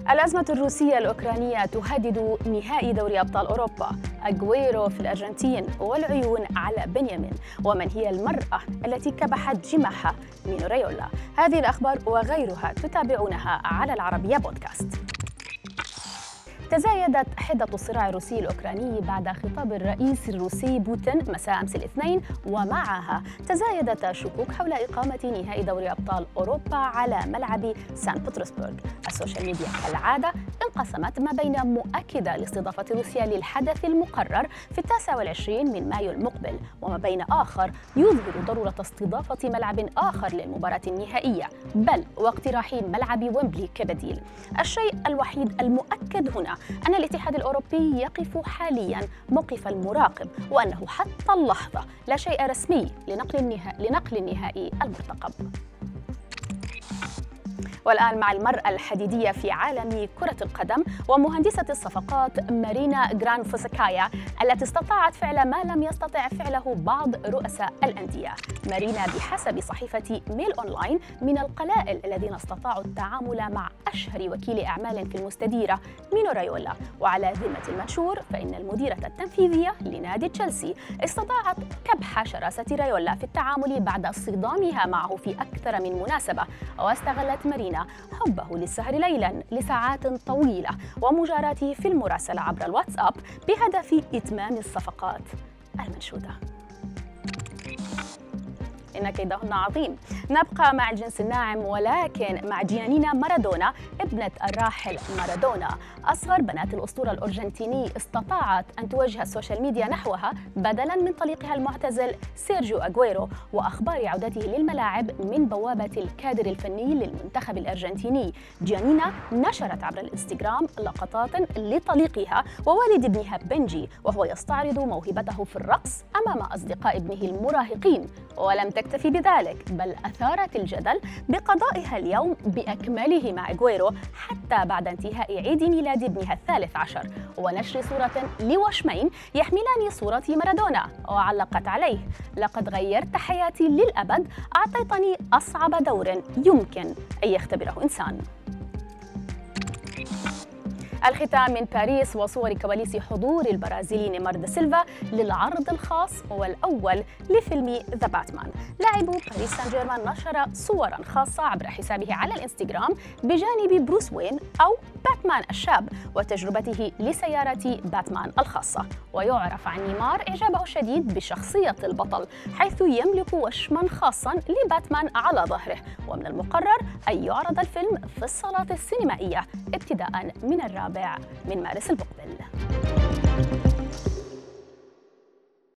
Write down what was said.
الأزمة الروسية الأوكرانية تهدد نهائي دوري أبطال أوروبا. أغويرو في الأرجنتين والعيون على بنيامين. ومن هي المرأة التي كبحت جماحها؟ مينو رايولا. هذه الأخبار وغيرها تتابعونها على العربية بودكاست. تزايدت حدة الصراع الروسي الأوكراني بعد خطاب الرئيس الروسي بوتين مساء أمس الاثنين، ومعها تزايدت الشكوك حول إقامة نهائي دوري أبطال أوروبا على ملعب سان بطرسبرغ. السوشيال ميديا كالعادة انقسمت ما بين مؤكدة لاستضافة روسيا للحدث المقرر في 29 من مايو المقبل، وما بين آخر يظهر ضرورة استضافة ملعب آخر للمباراة النهائية، بل واقتراح ملعب ويمبلي كبديل. الشيء الوحيد المؤكد هنا أن الاتحاد الأوروبي يقف حالياً موقف المراقب، وأنه حتى اللحظة لا شيء رسمي لنقل النهائي المرتقب. والآن مع المرأة الحديدية في عالم كرة القدم ومهندسة الصفقات مارينا غرانفوسكايا التي استطاعت فعل ما لم يستطع فعله بعض رؤساء الأندية. مارينا بحسب صحيفة ميل أونلاين من القلائل الذين استطاعوا التعامل مع أشهر وكيل أعمال في المستديرة مينو رايولا. وعلى ذمة المنشور فإن المديرة التنفيذية لنادي تشيلسي استطاعت كبح شراسة رايولا في التعامل بعد صدامها معه في أكثر من مناسبة. واستغلت مارينا حبه للسهر ليلاً لساعات طويلة ومجاراته في المراسلة عبر الواتساب بهدف إتمام الصفقات المنشودة. إن كيدهن عظيم. نبقى مع الجنس الناعم ولكن مع جيانينا مارادونا ابنة الراحل مارادونا. أصغر بنات الأسطورة الأرجنتيني استطاعت أن توجه السوشيال ميديا نحوها بدلاً من طليقها المعتزل سيرجيو أغويرو وأخبار عودته للملاعب من بوابة الكادر الفني للمنتخب الأرجنتيني. جيانينا نشرت عبر الإنستغرام لقطات لطليقها ووالد ابنها بنجي وهو يستعرض موهبته في الرقص أمام أصدقاء ابنه المراهقين. ولم تكتفي بذلك بل أثارت الجدل بقضائها اليوم بأكمله مع أغويرو حتى بعد انتهاء عيد ميلاد ابنها ال13 ونشر صورة لوشمين يحملان صورة مارادونا، وعلقت عليه: لقد غيرت حياتي للأبد، أعطيتني أصعب دور يمكن أن يختبره إنسان. الختام من باريس وصور كواليس حضور البرازيلي نيمار دا سيلفا للعرض الخاص والأول لفيلم ذا باتمان. لاعب باريس سان جيرمان نشر صوراً خاصة عبر حسابه على الإنستغرام بجانب بروس وين أو باتمان الشاب وتجربته لسيارة باتمان الخاصة. ويعرف عن نيمار إعجابه الشديد بشخصية البطل حيث يملك وشماً خاصاً لباتمان على ظهره. ومن المقرر أن يعرض الفيلم في الصالات السينمائية ابتداءً من 4 مارس المقبل.